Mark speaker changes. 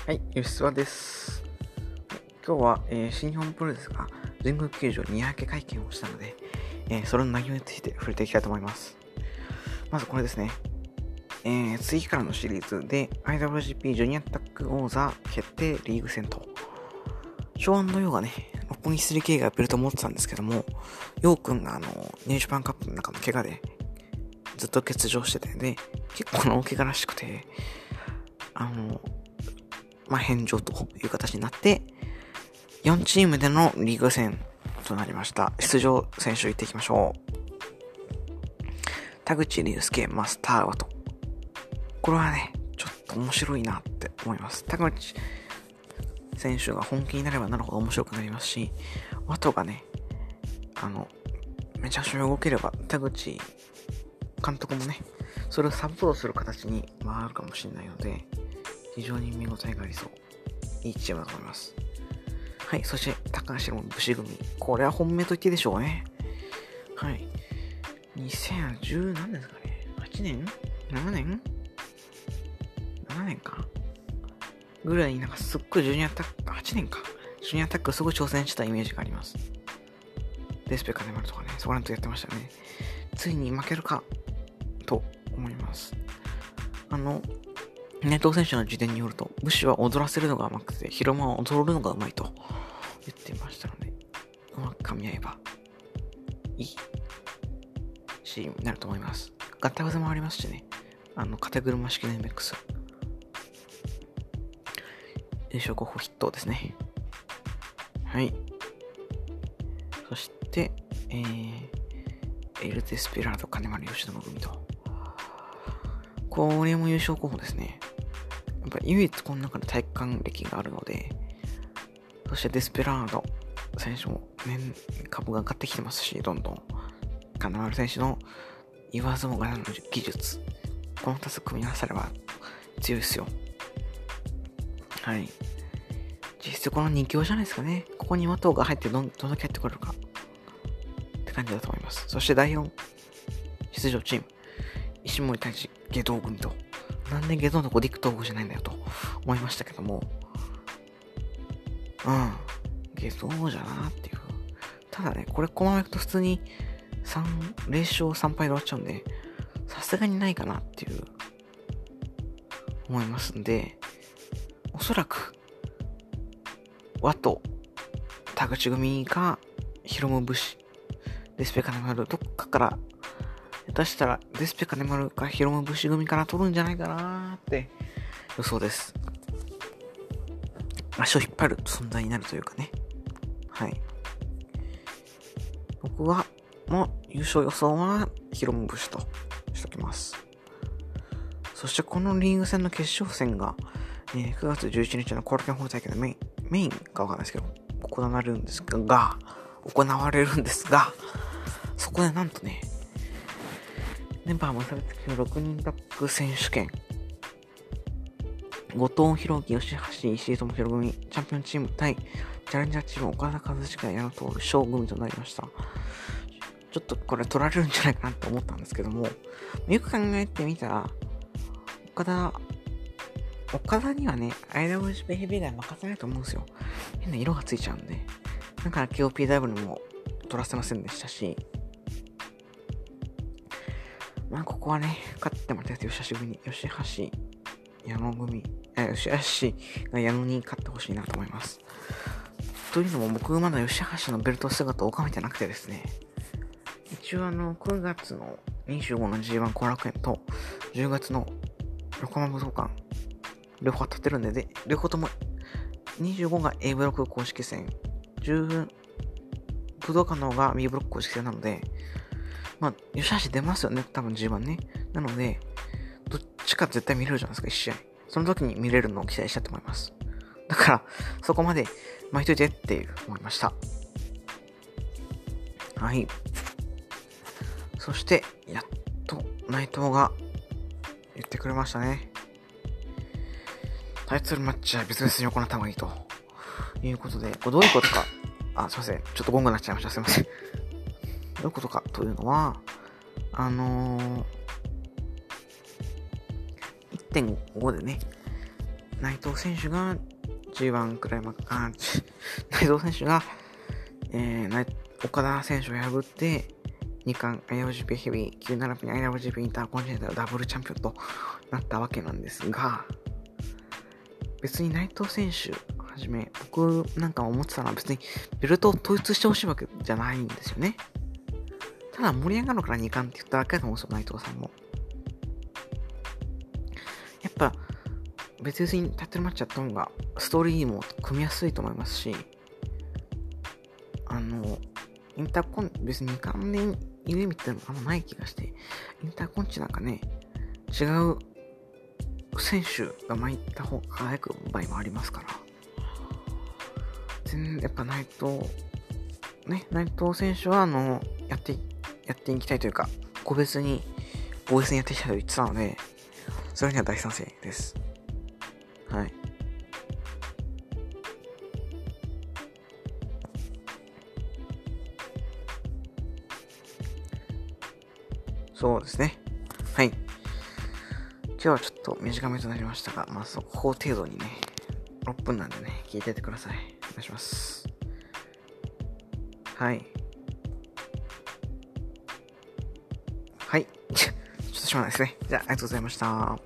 Speaker 1: はい、吉沢です。今日は、新日本プロレスが神宮球場に夜明け会見をしたので、それの内容について触れていきたいと思います。まずこれですね。次からのシリーズで IWGP ジュニアタッグ王座決定リーグ戦と、ショーン・ヨーがね、六本木 3K がベルトを持ってたんですけども、ヨー君がニュージャパンカップの中の怪我でずっと欠場してて、で、結構な大怪我らしくて、返上という形になって、4チームでのリーグ戦となりました。出場選手行っていきましょう。田口竜介、マスターワト。これはね、ちょっと面白いなって思います。田口選手が本気になればなるほど面白くなりますし、ワトがね、めちゃくちゃ動ければ、田口監督もね、それをサポートする形に回るかもしれないので、非常に見応えがありそう。いいチームだと思います。はい、そして高橋の武士組。これは本命と言っていいでしょうね。はい。2010何ですかね。8年 ?7 年 ?7 年かぐらいになんかすっごいジュニアタック、8年か。ジュニアタックすごい挑戦したイメージがあります。デスペカネマルとかね、そこら辺とやってましたね。ついに負けるかと思います。ネトウ選手の自伝によると、武士は踊らせるのが上手くて、広間は踊るのが上手いと言っていましたので、うまく噛み合えばいいチームになると思います。ガッタ技もありますしね、肩車式の MX。優勝候補筆頭ですね。はい。そして、エルテスペラード金丸吉野組と。これも優勝候補ですね。やっぱり唯一この中で体育館歴があるので、そしてデスペラード選手も株が上がってきてますし、どんどん。金丸選手の言わずもがなの技術。この2つ組み合わせれば強いですよ。はい。実質この2強じゃないですかね。ここに和藤が入ってどんだけ入ってくれるか。って感じだと思います。そして第4出場チーム。石森太一、下道組と。なんで下道のとこ陸東郷じゃないんだよと思いましたけども。下道じゃなっていう。ただね、これこのままいくと普通に0勝3敗で終わっちゃうんで、さすがにないかなっていう、思いますんで、おそらく、和と田口組が広む武士、デスペカネマル、どっかから、下手したらデスペカネマルか広む武士組から取るんじゃないかなーって予想です。足を引っ張る存在になるというかね。はい。僕は、もう優勝予想は広む武士としときます。そしてこのリーグ戦の決勝戦が、9月11日のコールケンホール大会のメインかわかんないですけど、行われるんですが、そこでなんとね、メンバー無差別級6人タッグ選手権、後藤弘樹、吉橋、石井智弘組、チャンピオンチーム対チャレンジャーチーム、岡田和親、矢野徹、翔組となりました。ちょっとこれ取られるんじゃないかなと思ったんですけども、よく考えてみたら、岡田にはね、IWGPヘビーでは任せないと思うんですよ。変な色がついちゃうんで。だから KOPW も取らせませんでしたし、まあここはね、勝ってもらって吉橋組に、吉橋、矢野組、吉橋が矢野に勝ってほしいなと思います。というのも僕まだ吉橋のベルト姿を拝めてなくてですね、一応9月の25の G1 後楽園と10月の横浜武道館両方当たってるんで、両方とも25が A ブロック公式戦、10武道館の方が B ブロック公式戦なので、まあ吉橋出ますよね、多分 G1 ね。なのでどっちか絶対見れるじゃないですか、1試合。その時に見れるのを期待したと思います。だからそこまで巻いといてって思いました。はい。そしてやっと内藤が言ってくれましたね。タイトルマッチは別々に行った方がいいということで、これどういうことか。すいません。ちょっとゴングになっちゃいました。すいません。どういうことかというのは、1.5 でね、 内藤選手が G1 クライマックス、内藤選手が、岡田選手を破って、2冠 IWGP ヘビー、9並びに IWGP インターコンチネンタルダブルチャンピオンとなったわけなんですが、別に内藤選手はじめ、僕なんか思ってたのは別にベルトを統一してほしいわけじゃないんですよね。ただ盛り上がるから2冠って言っただけだと思うんですよ、内藤さんも。やっぱ、別々にタイトルマッチやった方がストーリーも組みやすいと思いますし、インターコン、別に2冠でいる意味ってあんまない気がして、インターコンチなんかね、違う選手が前行った方が輝く場合もありますから、やっぱ内藤選手はやっていきたいというか、個別にやっていきたいと言ってたので、それには大賛成です。はい。そうですね。はい。今日はちょっと短めとなりましたが、まあ速報程度にね、6分なんでね、聞いててください。お願いします。はい。はい。ちょっとしょうがないですね。じゃあ、ありがとうございました。